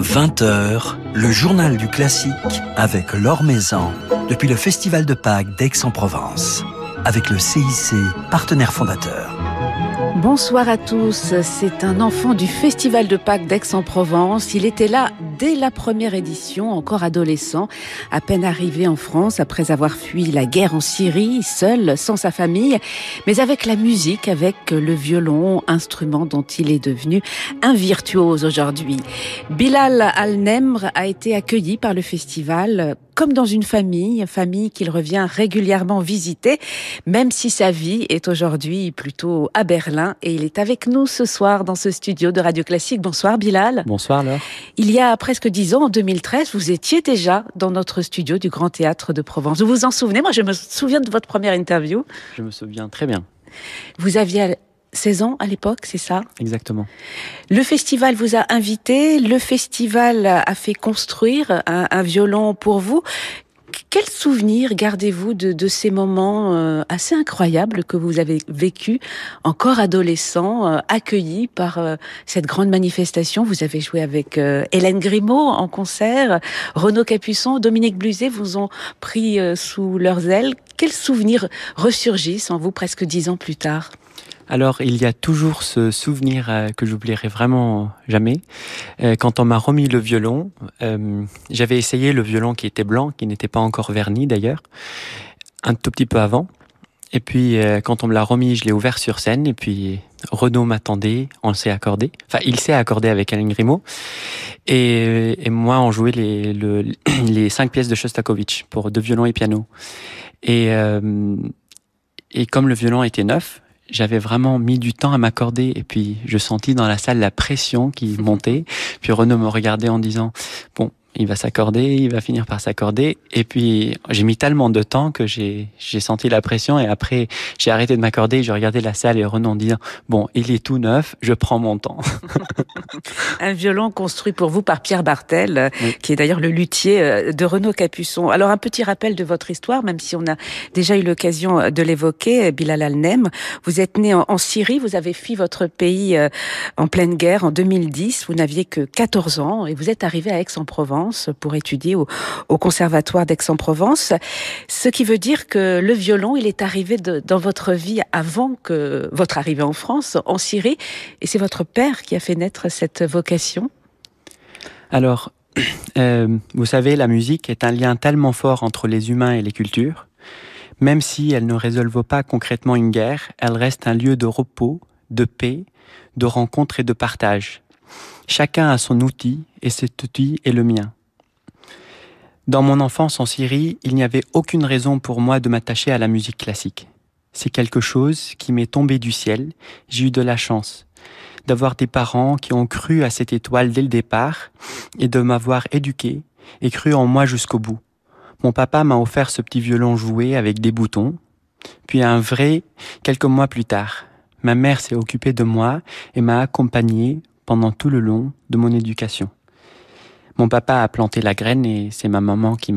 20h, le journal du classique avec Laure Maison, depuis le Festival de Pâques d'Aix-en-Provence, avec le CIC, partenaire fondateur. Bonsoir à tous, c'est un enfant du Festival de Pâques d'Aix-en-Provence. Il était là dès la première édition, encore adolescent, à peine arrivé en France après avoir fui la guerre en Syrie, seul, sans sa famille, mais avec la musique, avec le violon, instrument dont il est devenu un virtuose aujourd'hui. Bilal Al-Nemr a été accueilli par le festival comme dans une famille qu'il revient régulièrement visiter, même si sa vie est aujourd'hui plutôt à Berlin. Et il est avec nous ce soir dans ce studio de Radio Classique. Bonsoir Bilal. Bonsoir Laure. Il y a presque 10 ans, en 2013, vous étiez déjà dans notre studio du Grand Théâtre de Provence. Vous vous en souvenez? Moi, je me souviens de votre première interview. Je me souviens très bien. Vous aviez 16 ans à l'époque, c'est ça? Exactement. Le festival vous a invité, le festival a fait construire un violon pour vous. Quel souvenir gardez-vous de ces moments assez incroyables que vous avez vécus, encore adolescent, accueillis par cette grande manifestation? Vous avez joué avec Hélène Grimaud en concert, Renaud Capuçon, Dominique Bluzet vous ont pris sous leurs ailes. Quels souvenirs ressurgissent en vous presque 10 ans plus tard? Alors, il y a toujours ce souvenir que j'oublierai vraiment jamais. Quand on m'a remis le violon, j'avais essayé le violon qui était blanc, qui n'était pas encore verni d'ailleurs, un tout petit peu avant. Et puis, quand on me l'a remis, je l'ai ouvert sur scène. Et puis, Renaud m'attendait, on s'est accordé. Enfin, il s'est accordé avec Hélène Grimaud. Et moi, on jouait les 5 pièces de Shostakovich pour 2 violons et piano. Et comme le violon était neuf, j'avais vraiment mis du temps à m'accorder et puis je sentis dans la salle la pression qui montait. Puis Renaud me regardait en disant « Bon, il va s'accorder, il va finir par s'accorder. » Et puis j'ai mis tellement de temps que j'ai senti la pression et après j'ai arrêté de m'accorder et je regardais la salle et Renaud en disant « Bon, il est tout neuf, je prends mon temps. » Un violon construit pour vous par Pierre Bartel, oui, qui est d'ailleurs le luthier de Renaud Capuçon. Alors un petit rappel de votre histoire, même si on a déjà eu l'occasion de l'évoquer, Bilal Al-Nemr. Vous êtes né en Syrie, vous avez fui votre pays en pleine guerre en 2010. Vous n'aviez que 14 ans et vous êtes arrivé à Aix-en-Provence pour étudier au Conservatoire d'Aix-en-Provence. Ce qui veut dire que le violon, il est arrivé dans votre vie avant que votre arrivée en France, en Syrie. Et c'est votre père qui a fait naître cette vocation? Alors, vous savez, la musique est un lien tellement fort entre les humains et les cultures. Même si elle ne résolve pas concrètement une guerre, elle reste un lieu de repos, de paix, de rencontre et de partage. Chacun a son outil et cet outil est le mien. Dans mon enfance en Syrie, il n'y avait aucune raison pour moi de m'attacher à la musique classique. C'est quelque chose qui m'est tombé du ciel. J'ai eu de la chance d'avoir des parents qui ont cru à cette étoile dès le départ et de m'avoir éduqué et cru en moi jusqu'au bout. Mon papa m'a offert ce petit violon joué avec des boutons, puis un vrai quelques mois plus tard. Ma mère s'est occupée de moi et m'a accompagné pendant tout le long de mon éducation. Mon papa a planté la graine et c'est ma maman qui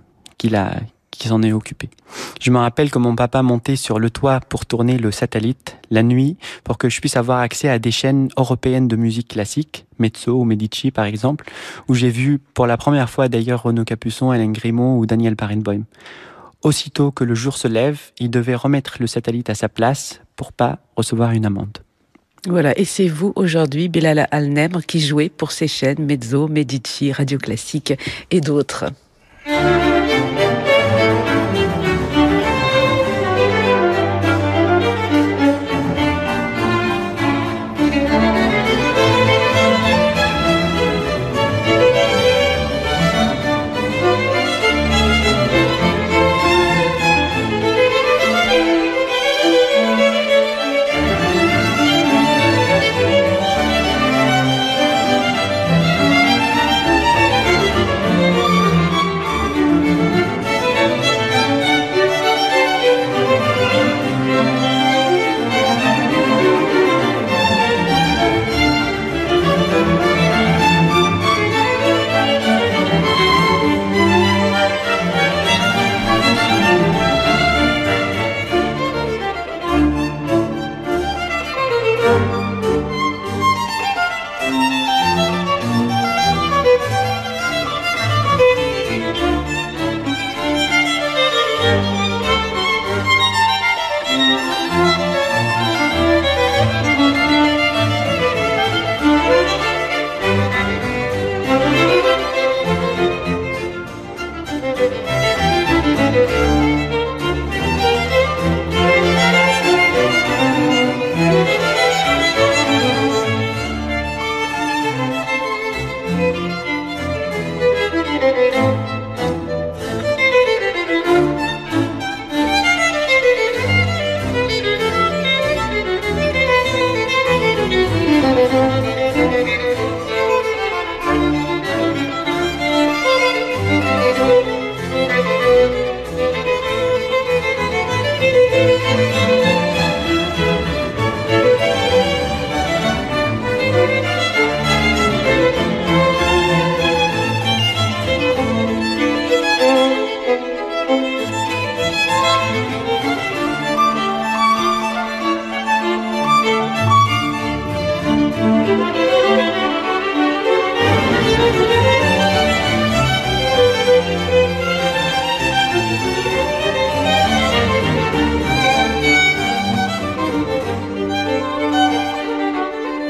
s'en est occupée. Je me rappelle que mon papa montait sur le toit pour tourner le satellite la nuit pour que je puisse avoir accès à des chaînes européennes de musique classique, Mezzo ou Medici par exemple, où j'ai vu pour la première fois d'ailleurs Renaud Capuçon, Hélène Grimaud ou Daniel Barenboim. Aussitôt que le jour se lève, il devait remettre le satellite à sa place pour pas recevoir une amende. Voilà, et c'est vous aujourd'hui, Bilal Al-Nemr, qui jouez pour ces chaînes Mezzo, Medici, Radio Classique et d'autres.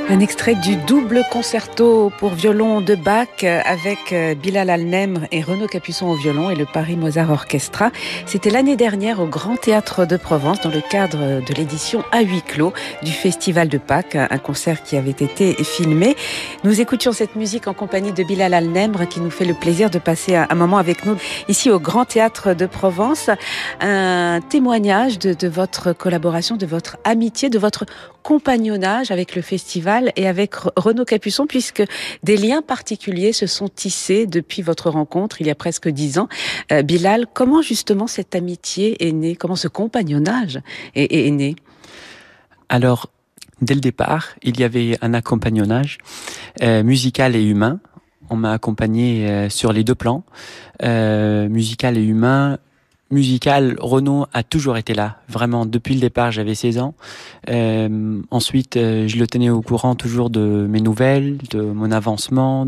Un extrait du double concerto pour violon de Bach avec Bilal Al-Nemr et Renaud Capuçon au violon et le Paris Mozart Orchestra. C'était l'année dernière au Grand Théâtre de Provence dans le cadre de l'édition à huis clos du Festival de Pâques, un concert qui avait été filmé. Nous écoutions cette musique en compagnie de Bilal Al-Nemr qui nous fait le plaisir de passer un moment avec nous ici au Grand Théâtre de Provence. Un témoignage de votre collaboration, de votre amitié, de votre compagnonnage avec le festival et avec Renaud Capuçon, puisque des liens particuliers se sont tissés depuis votre rencontre il y a presque 10 ans. Bilal, comment justement cette amitié est née? Comment ce compagnonnage est né? Alors, dès le départ, il y avait un accompagnonnage musical et humain. On m'a accompagné sur les deux plans, musical et humain. Musical, Renaud a toujours été là, vraiment depuis le départ. J'avais 16 ans. Ensuite, je le tenais au courant toujours de mes nouvelles, de mon avancement,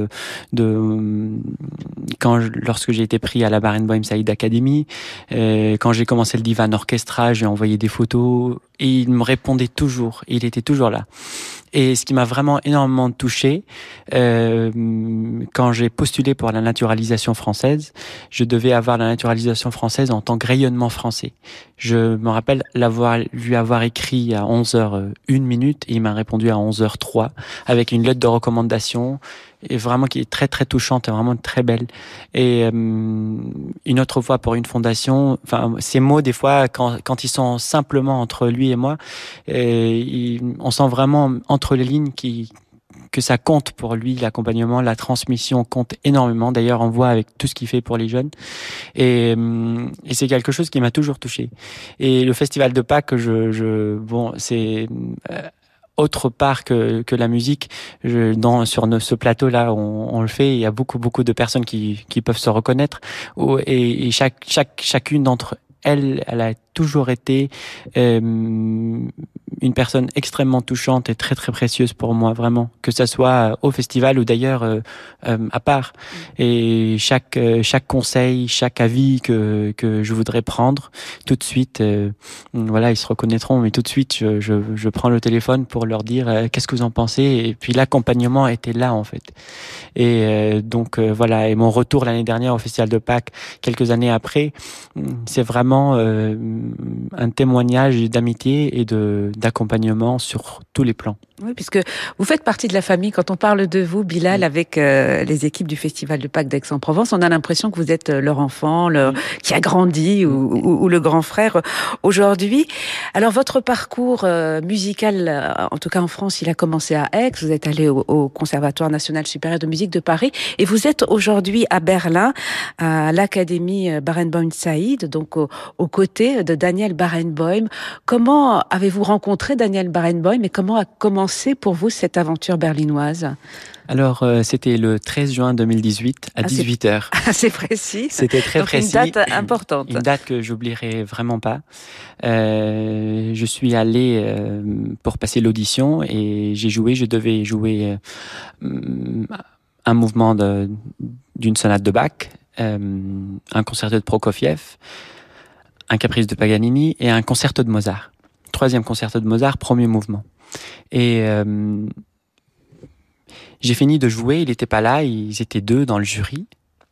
lorsque j'ai été pris à la Barenboim Saïd Academy, quand j'ai commencé le Divan Orchestra, j'ai envoyé des photos et il me répondait toujours. Il était toujours là. Et ce qui m'a vraiment énormément touché, quand j'ai postulé pour la naturalisation française, je devais avoir la naturalisation française en tant que rayonnement français. Je me rappelle lui avoir écrit à 11h01 et il m'a répondu à 11h03 avec une lettre de recommandation et vraiment qui est très très touchante et vraiment très belle. Et une autre fois pour une fondation, enfin ces mots des fois quand ils sont simplement entre lui et moi, on sent vraiment entre les lignes que ça compte pour lui, l'accompagnement, la transmission compte énormément. D'ailleurs, on voit avec tout ce qu'il fait pour les jeunes. Et c'est quelque chose qui m'a toujours touché. Et le Festival de Pâques, c'est autre part que la musique. Sur ce plateau-là, on le fait. Il y a beaucoup de personnes qui peuvent se reconnaître. Et chacune d'entre elles, elle a toujours été une personne extrêmement touchante et très très précieuse pour moi, vraiment, que ça soit au festival ou d'ailleurs à part. Et chaque conseil, chaque avis que je voudrais prendre, tout de suite, ils se reconnaîtront, mais tout de suite je prends le téléphone pour leur dire qu'est-ce que vous en pensez, et puis l'accompagnement était là en fait. Et donc voilà, et mon retour l'année dernière au Festival de Pâques, quelques années après, c'est vraiment un témoignage d'amitié et d'accompagnement sur tous les plans. Oui, puisque vous faites partie de la famille. Quand on parle de vous, Bilal, avec les équipes du Festival de Pâques d'Aix-en-Provence, on a l'impression que vous êtes leur enfant, qui a grandi, ou le grand frère aujourd'hui. Alors, votre parcours musical, en tout cas en France, il a commencé à Aix. Vous êtes allé au Conservatoire national supérieur de musique de Paris, et vous êtes aujourd'hui à Berlin, à l'Académie Barenboim Saïd, donc aux côtés de Daniel Barenboim. Comment avez-vous rencontré Daniel Barenboim et comment a commencé pour vous cette aventure berlinoise? Alors, c'était le 13 juin 2018 à 18h. C'est précis. C'était très donc précis. Une date importante. Une date que j'oublierai vraiment pas. Je suis allé pour passer l'audition et je devais jouer un mouvement d'une sonate de Bach, un concerto de Prokofiev, un caprice de Paganini et un concerto de Mozart. 3e concerto de Mozart, premier mouvement. Et j'ai fini de jouer, il n'était pas là, ils étaient 2 dans le jury.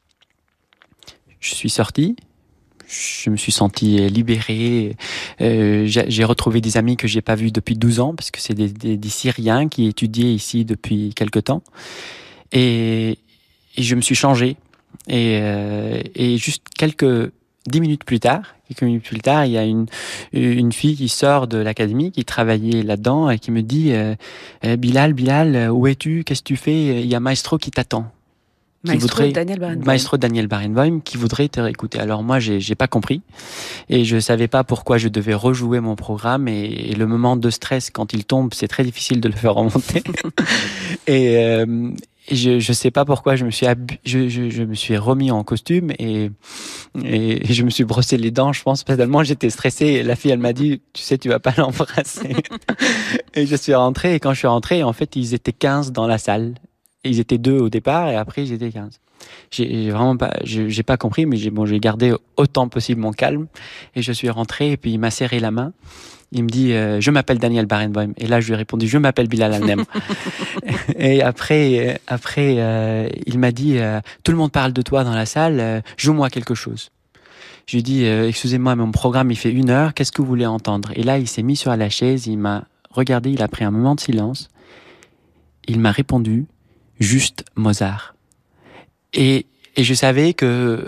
Je suis sorti, je me suis senti libéré. J'ai retrouvé des amis que j'ai pas vus depuis 12 ans, parce que c'est des Syriens qui étudiaient ici depuis quelque temps. Et je me suis changé. Et juste 10 minutes plus tard, il y a une fille qui sort de l'académie, qui travaillait là-dedans et qui me dit Bilal, où es-tu? Qu'est-ce que tu fais? Il y a Maestro qui t'attend. Maestro Daniel Barenboim qui voudrait te réécouter. Alors moi, j'ai pas compris et je savais pas pourquoi je devais rejouer mon programme et le moment de stress quand il tombe, c'est très difficile de le faire remonter. Et je sais pas pourquoi je me suis remis en costume et je me suis brossé les dents, je pense, parce que tellement j'étais stressé. Et la fille, elle m'a dit, tu sais, tu vas pas l'embrasser. Et je suis rentré, et quand je suis rentré, en fait, ils étaient 15 dans la salle. Et ils étaient 2 au départ, et après, ils étaient 15. J'ai vraiment pas, j'ai pas compris, mais j'ai gardé autant possible mon calme. Et je suis rentré, et puis il m'a serré la main. Il me dit je m'appelle Daniel Barenboim. Et là, je lui ai répondu je m'appelle Bilal Alnem. Et après, il m'a dit tout le monde parle de toi dans la salle, joue-moi quelque chose. Je lui ai dit excusez-moi, mon programme il fait 1 heure, qu'est-ce que vous voulez entendre? Et là, il s'est mis sur la chaise, il m'a regardé, il a pris un moment de silence. Il m'a répondu juste Mozart. Et je savais que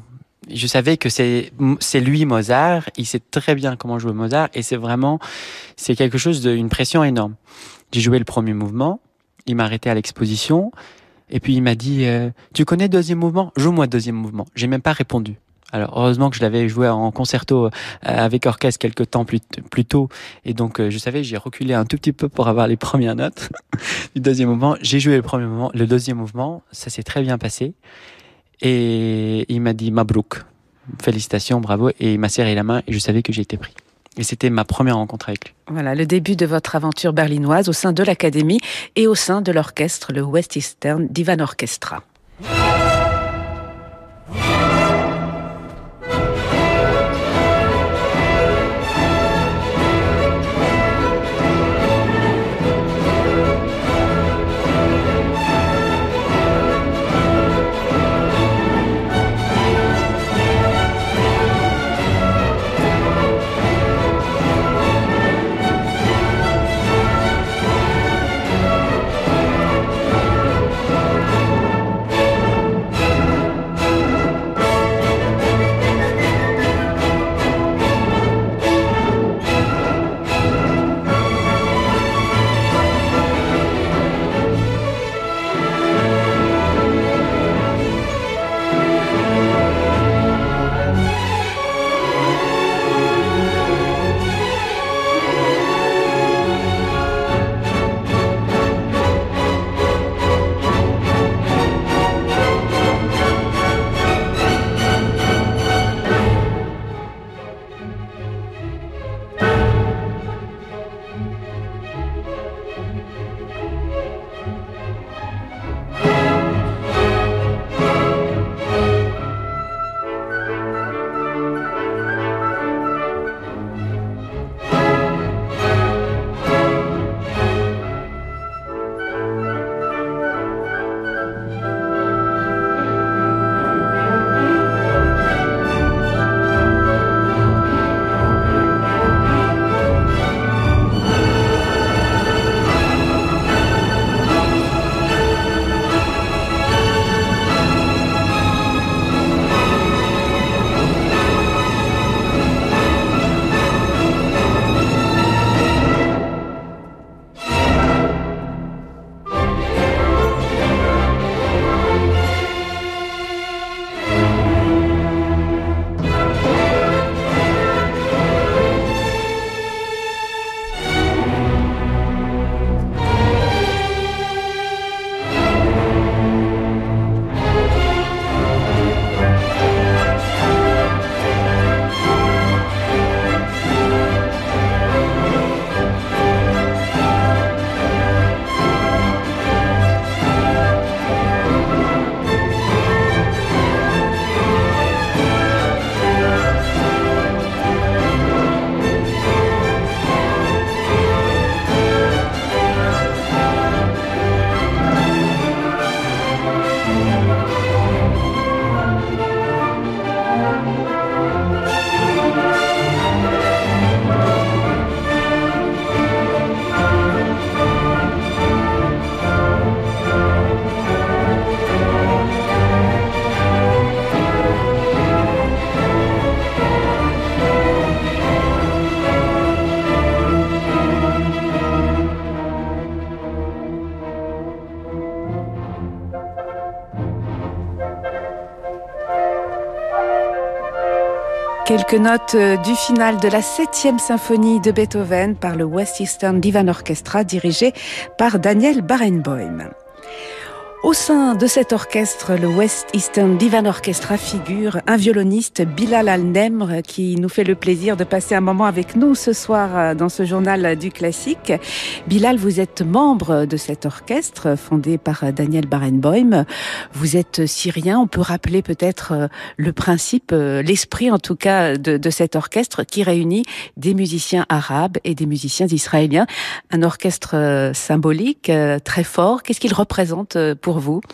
c'est lui Mozart, il sait très bien comment jouer Mozart, et c'est quelque chose une pression énorme. J'ai joué le premier mouvement, il m'a arrêté à l'exposition, et puis il m'a dit tu connais le 2e mouvement? Joue-moi le 2e mouvement. J'ai même pas répondu. Alors heureusement que je l'avais joué en concerto avec orchestre quelques temps plus tôt, et donc je savais, j'ai reculé un tout petit peu pour avoir les premières notes du 2e mouvement. J'ai joué le 2e mouvement, ça s'est très bien passé. Et il m'a dit Mabrouk, félicitations, bravo, et il m'a serré la main et je savais que j'ai été pris. Et c'était ma première rencontre avec lui. Voilà, le début de votre aventure berlinoise au sein de l'Académie et au sein de l'orchestre, le West Eastern Divan Orchestra. Quelques notes du final de la 7e symphonie de Beethoven par le West Eastern Divan Orchestra dirigé par Daniel Barenboim. Au sein de cet orchestre, le West Eastern Divan Orchestra, figure un violoniste, Bilal Al-Nemr, qui nous fait le plaisir de passer un moment avec nous ce soir dans ce journal du classique. Bilal, vous êtes membre de cet orchestre fondé par Daniel Barenboim. Vous êtes syrien. On peut rappeler peut-être le principe, l'esprit en tout cas de cet orchestre qui réunit des musiciens arabes et des musiciens israéliens. Un orchestre symbolique, très fort. Qu'est-ce qu'il représente pour vous?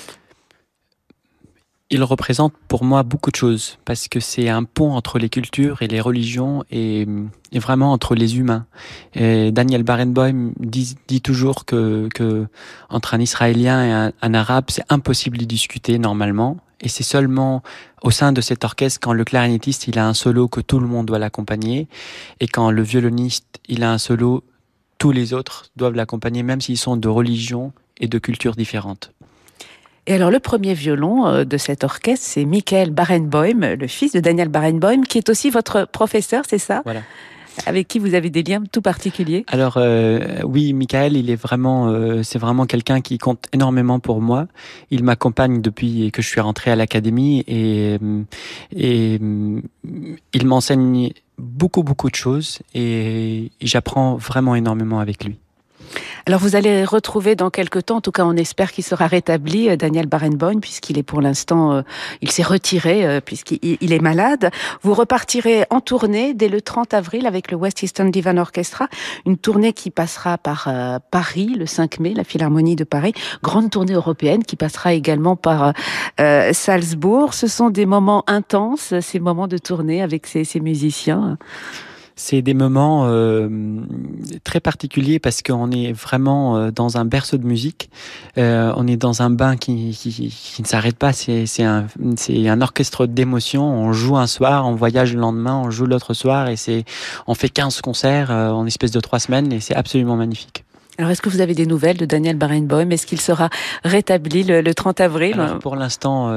Il représente pour moi beaucoup de choses, parce que c'est un pont entre les cultures et les religions et vraiment entre les humains. Et Daniel Barenboim dit toujours que entre un Israélien et un Arabe, c'est impossible de discuter normalement. Et c'est seulement au sein de cet orchestre, quand le clarinettiste il a un solo, que tout le monde doit l'accompagner. Et quand le violoniste il a un solo, tous les autres doivent l'accompagner, même s'ils sont de religions et de cultures différentes. Et alors, le premier violon de cet orchestre, c'est Michael Barenboim, le fils de Daniel Barenboim, qui est aussi votre professeur, c'est ça? Voilà. Avec qui vous avez des liens tout particuliers? Alors oui, Michael, il est vraiment, c'est vraiment quelqu'un qui compte énormément pour moi. Il m'accompagne depuis que je suis rentré à l'académie et il m'enseigne beaucoup de choses et j'apprends vraiment énormément avec lui. Alors vous allez retrouver dans quelques temps, en tout cas on espère qu'il sera rétabli, Daniel Barenboim, puisqu'il est pour l'instant, il s'est retiré puisqu'il est malade. Vous repartirez en tournée dès le 30 avril avec le West Eastern Divan Orchestra, une tournée qui passera par Paris le 5 mai, la Philharmonie de Paris, grande tournée européenne qui passera également par Salzbourg. Ce sont des moments intenses, ces moments de tournée avec ces musiciens. C'est des moments très particuliers parce qu'on est vraiment dans un berceau de musique. On est dans un bain qui ne s'arrête pas. C'est un orchestre d'émotions. On joue un soir, on voyage le lendemain, on joue l'autre soir et on fait 15 concerts en espèce de 3 semaines et c'est absolument magnifique. Alors, est-ce que vous avez des nouvelles de Daniel Barenboim? Est-ce qu'il sera rétabli le 30 avril? Alors, pour l'instant,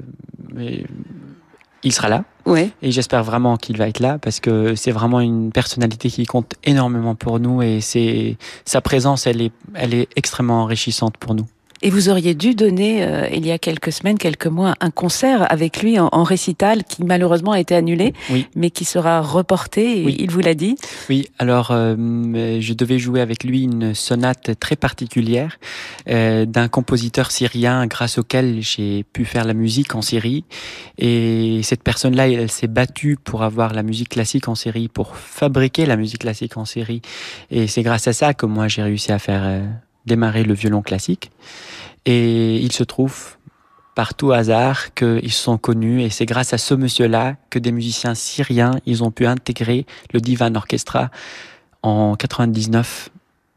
il sera là. Ouais. Et j'espère vraiment qu'il va être là parce que c'est vraiment une personnalité qui compte énormément pour nous et sa présence, elle est extrêmement enrichissante pour nous. Et vous auriez dû donner, il y a quelques semaines, quelques mois, un concert avec lui en récital qui malheureusement a été annulé, oui. Mais qui sera reporté, et oui. Il vous l'a dit? Oui, alors je devais jouer avec lui une sonate très particulière d'un compositeur syrien grâce auquel j'ai pu faire la musique en Syrie. Et cette personne-là, elle s'est battue pour avoir la musique classique en Syrie, pour fabriquer la musique classique en Syrie. Et c'est grâce à ça que moi j'ai réussi à faire démarrer le violon classique. Et il se trouve par tout hasard qu'ils sont connus et c'est grâce à ce monsieur-là que des musiciens syriens, ils ont pu intégrer le Divan Orchestra en 99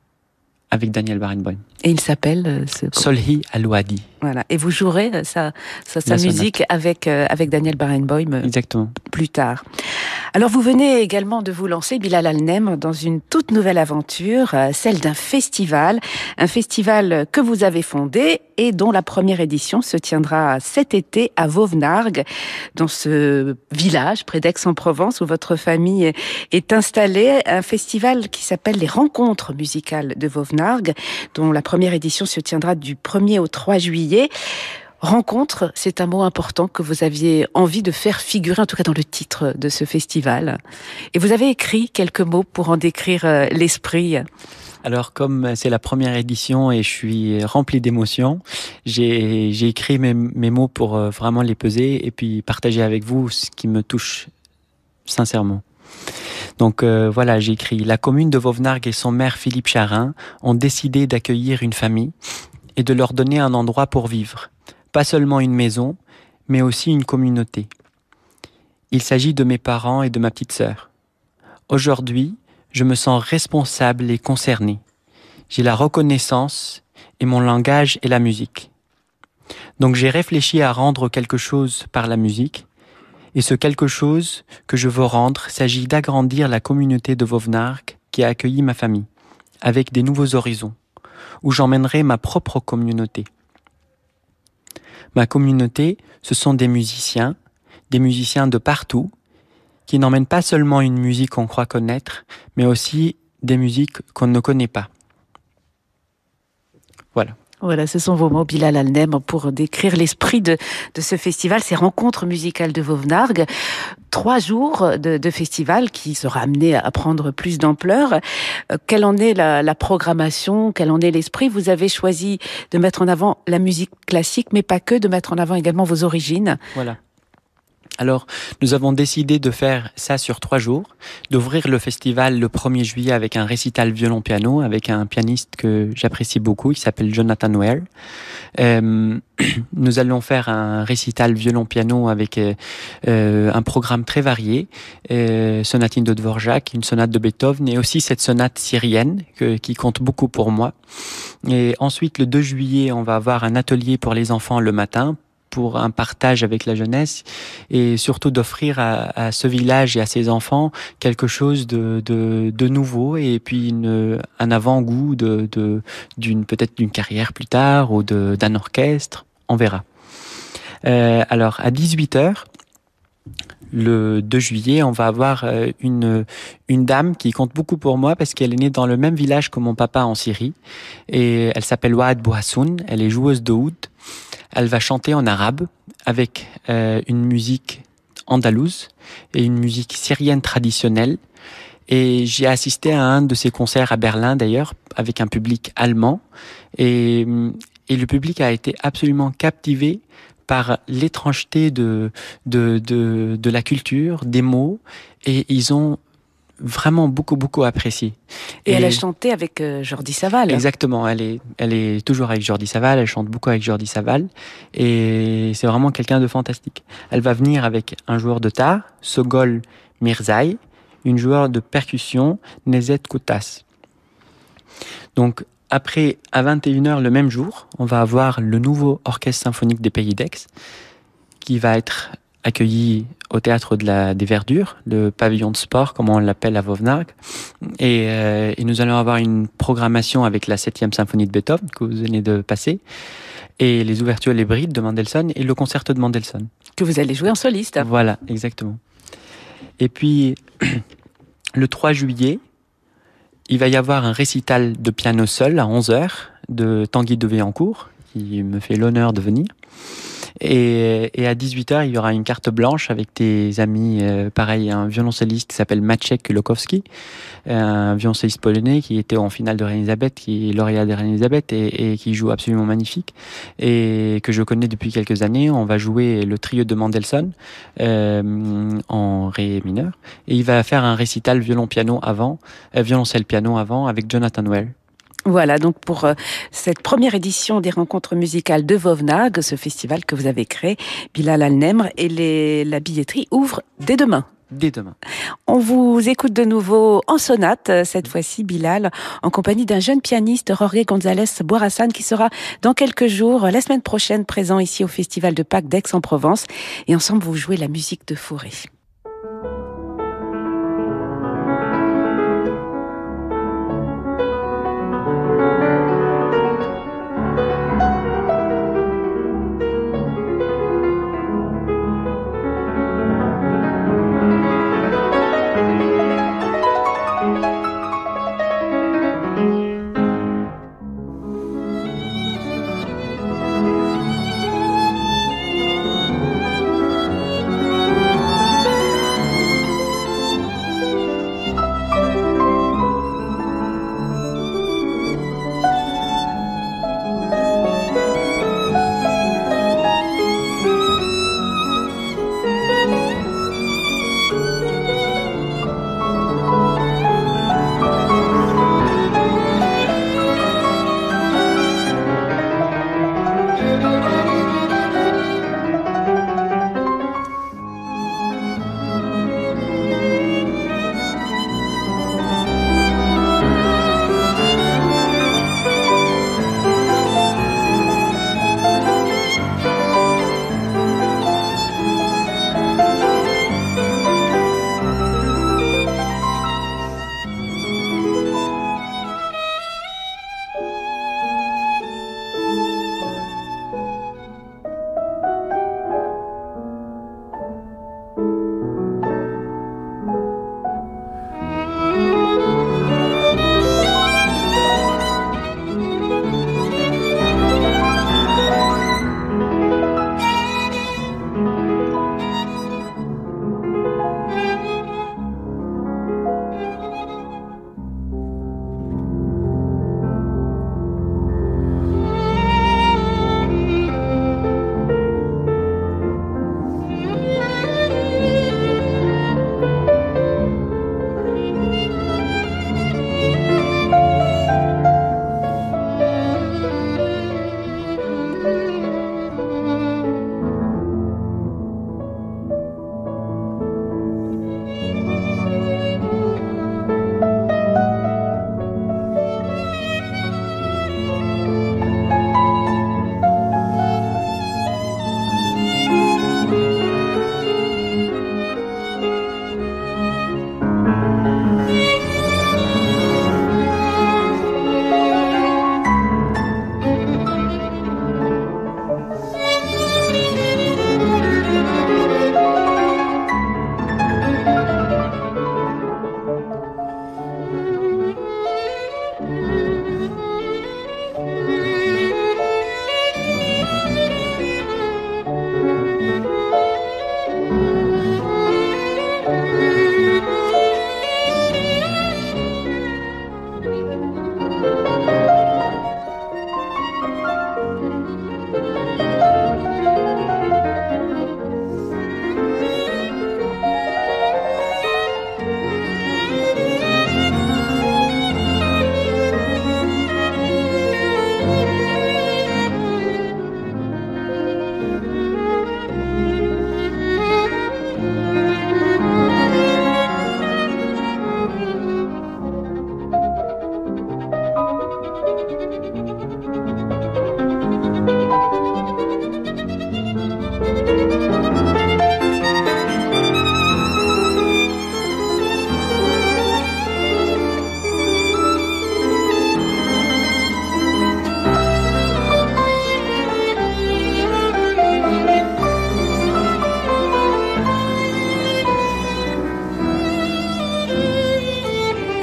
avec Daniel Barenboim. Et il s'appelle Solhi Al-Wadi. Voilà. Et vous jouerez sa musique avec Daniel Barenboim. Exactement. Plus tard. Alors vous venez également de vous lancer, Bilal Al-Nemr, dans une toute nouvelle aventure, celle d'un festival. Un festival que vous avez fondé et dont la première édition se tiendra cet été à Vauvenargues, dans ce village près d'Aix-en-Provence où votre famille est installée. Un festival qui s'appelle les Rencontres musicales de Vauvenargues, dont la première édition se tiendra du 1er au 3 juillet. Rencontre, c'est un mot important que vous aviez envie de faire figurer, en tout cas dans le titre de ce festival. Et vous avez écrit quelques mots pour en décrire l'esprit. Alors, comme c'est la première édition et je suis rempli d'émotions, j'ai écrit mes mots pour vraiment les peser et puis partager avec vous ce qui me touche sincèrement. Donc voilà, j'ai écrit « La commune de Vauvenargues et son maire Philippe Charin ont décidé d'accueillir une famille et de leur donner un endroit pour vivre. Pas seulement une maison, mais aussi une communauté. Il s'agit de mes parents et de ma petite sœur. Aujourd'hui, je me sens responsable et concerné. J'ai la reconnaissance et mon langage est la musique. Donc j'ai réfléchi à rendre quelque chose par la musique. Et ce quelque chose que je veux rendre s'agit d'agrandir la communauté de Vauvenargues qui a accueilli ma famille, avec des nouveaux horizons, où j'emmènerai ma propre communauté. Ma communauté, ce sont des musiciens de partout, qui n'emmènent pas seulement une musique qu'on croit connaître, mais aussi des musiques qu'on ne connaît pas. Voilà. Voilà, ce sont vos mots, Bilal Alnem, pour décrire l'esprit de ce festival, ces rencontres musicales de Vauvenargues. 3 jours de festival qui sera amené à prendre plus d'ampleur. Quelle en est la programmation? Quel en est l'esprit? Vous avez choisi de mettre en avant la musique classique, mais pas que, de mettre en avant également vos origines. Voilà. Alors, nous avons décidé de faire ça sur 3 jours, d'ouvrir le festival le 1er juillet avec un récital violon-piano, avec un pianiste que j'apprécie beaucoup, qui s'appelle Jonathan Ware. Nous allons faire un récital violon-piano avec un programme très varié, sonatine de Dvorak, une sonate de Beethoven, et aussi cette sonate syrienne qui compte beaucoup pour moi. Et ensuite, le 2 juillet, on va avoir un atelier pour les enfants le matin, pour un partage avec la jeunesse et surtout d'offrir à ce village et à ses enfants quelque chose de nouveau et puis un avant-goût peut-être d'une carrière plus tard ou d'un orchestre, on verra. Alors à 18h, le 2 juillet, on va avoir une dame qui compte beaucoup pour moi parce qu'elle est née dans le même village que mon papa en Syrie et elle s'appelle Waad Bouhassoun, elle est joueuse de oud. Elle va chanter en arabe avec une musique andalouse et une musique syrienne traditionnelle. Et j'ai assisté à un de ses concerts à Berlin d'ailleurs, avec un public allemand. Et le public a été absolument captivé par l'étrangeté de la culture, des mots. Et ils ont vraiment beaucoup apprécié. Et elle a chanté avec Jordi Savall. Exactement, elle est toujours avec Jordi Savall, elle chante beaucoup avec Jordi Savall et c'est vraiment quelqu'un de fantastique. Elle va venir avec un joueur de tar, Sogol Mirzai, une joueur de percussion, Nezet Koutas. Donc après, à 21h le même jour, on va avoir le nouveau orchestre symphonique des Pays d'Aix qui va être accueilli au théâtre des Verdures, le pavillon de sport, comme on l'appelle à Vauvenargues. Et nous allons avoir une programmation avec la 7e symphonie de Beethoven, que vous venez de passer, et les ouvertures et les brides de Mendelssohn, et le concerto de Mendelssohn. Que vous allez jouer en soliste. Voilà, exactement. Et puis, le 3 juillet, il va y avoir un récital de piano seul à 11h de Tanguy de Véancourt, qui me fait l'honneur de venir. Et à 18h, il y aura une carte blanche avec des amis, pareil, un violoncelliste qui s'appelle Maciek Kulokowski, un violoncelliste polonais qui était en finale de Reine Elisabeth, qui est lauréat de Reine Elisabeth et qui joue absolument magnifique et que je connais depuis quelques années. On va jouer le trio de Mendelssohn en ré mineur et il va faire un récital violoncelle-piano avant avec Jonathan Ware. Voilà, donc pour cette première édition des rencontres musicales de Vauvenargues, ce festival que vous avez créé, Bilal Alnemr, et la billetterie ouvre dès demain. Dès demain. On vous écoute de nouveau en sonate, cette fois-ci Bilal, en compagnie d'un jeune pianiste, Jorge González Boirassan, qui sera dans quelques jours, la semaine prochaine, présent ici au Festival de Pâques d'Aix-en-Provence. Et ensemble, vous jouez la musique de Fauré.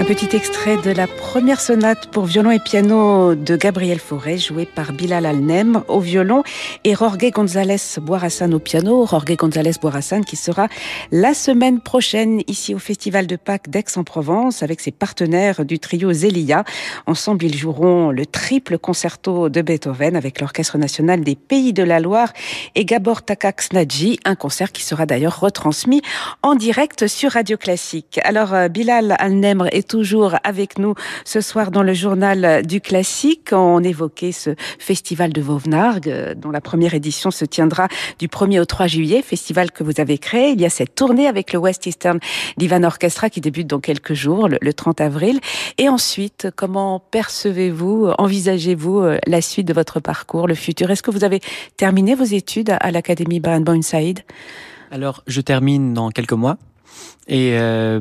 petit extrait de la première sonate pour violon et piano de Gabriel Fauré, jouée par Bilal Alnem au violon et Jorge González Boirassan au piano. Jorge González Boirassan qui sera la semaine prochaine ici au Festival de Pâques d'Aix-en-Provence avec ses partenaires du trio Zelia. Ensemble, ils joueront le triple concerto de Beethoven avec l'Orchestre national des Pays de la Loire et Gabor Takacsnadji, un concert qui sera d'ailleurs retransmis en direct sur Radio Classique. Alors, Bilal Alnem est toujours avec nous ce soir dans le journal du classique. On évoquait ce festival de Vauvenargues dont la première édition se tiendra du 1er au 3 juillet, festival que vous avez créé. Il y a cette tournée avec le West Eastern Divan Orchestra qui débute dans quelques jours, le 30 avril. Et ensuite, comment percevez-vous, envisagez-vous la suite de votre parcours, le futur? Est-ce que vous avez terminé vos études à l'Académie Barenboim Saïd? Alors, je termine dans quelques mois et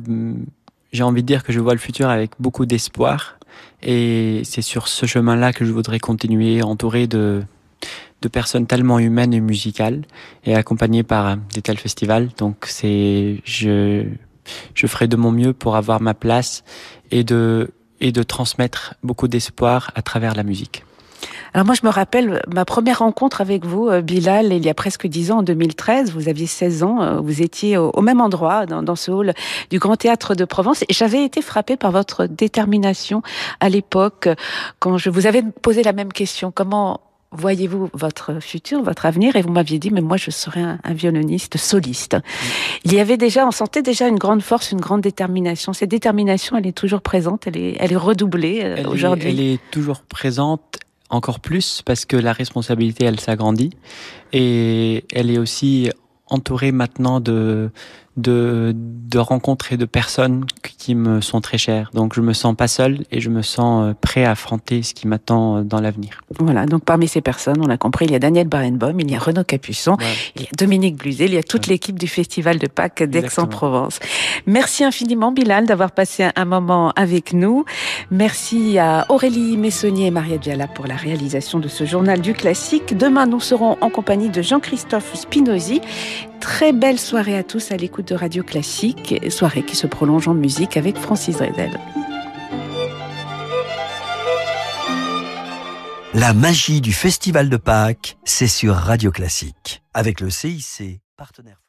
j'ai envie de dire que je vois le futur avec beaucoup d'espoir et c'est sur ce chemin-là que je voudrais continuer, entouré de personnes tellement humaines et musicales et accompagné par des tels festivals. Donc je ferai de mon mieux pour avoir ma place et de transmettre beaucoup d'espoir à travers la musique. Alors moi, je me rappelle ma première rencontre avec vous, Bilal, il y a presque 10 ans, en 2013. Vous aviez 16 ans, vous étiez au même endroit, dans ce hall du Grand Théâtre de Provence. Et j'avais été frappée par votre détermination à l'époque, quand je vous avais posé la même question. Comment voyez-vous votre futur, votre avenir? Et vous m'aviez dit, mais moi, je serai un violoniste soliste. Il y avait déjà, on sentait déjà une grande force, une grande détermination. Cette détermination, elle est toujours présente, elle est redoublée aujourd'hui. Elle est toujours présente. Encore plus parce que la responsabilité, elle s'agrandit et elle est aussi entourée maintenant de rencontres et de personnes qui me sont très chères. Donc je me sens pas seul et je me sens prêt à affronter ce qui m'attend dans l'avenir. Voilà, donc parmi ces personnes, on l'a compris, il y a Daniel Barenboim, il y a Renaud Capuçon, il y a Dominique Bluzet, il y a toute l'équipe du Festival de Pâques d'Aix-en-Provence. Merci infiniment Bilal d'avoir passé un moment avec nous. Merci à Aurélie Messonnier et Maria Diala pour la réalisation de ce journal du classique. Demain, nous serons en compagnie de Jean-Christophe Spinozzi. Très belle soirée à tous à l'écoute de Radio Classique, soirée qui se prolonge en musique avec Francis Drezel. La magie du Festival de Pâques, c'est sur Radio Classique, avec le CIC, partenaire.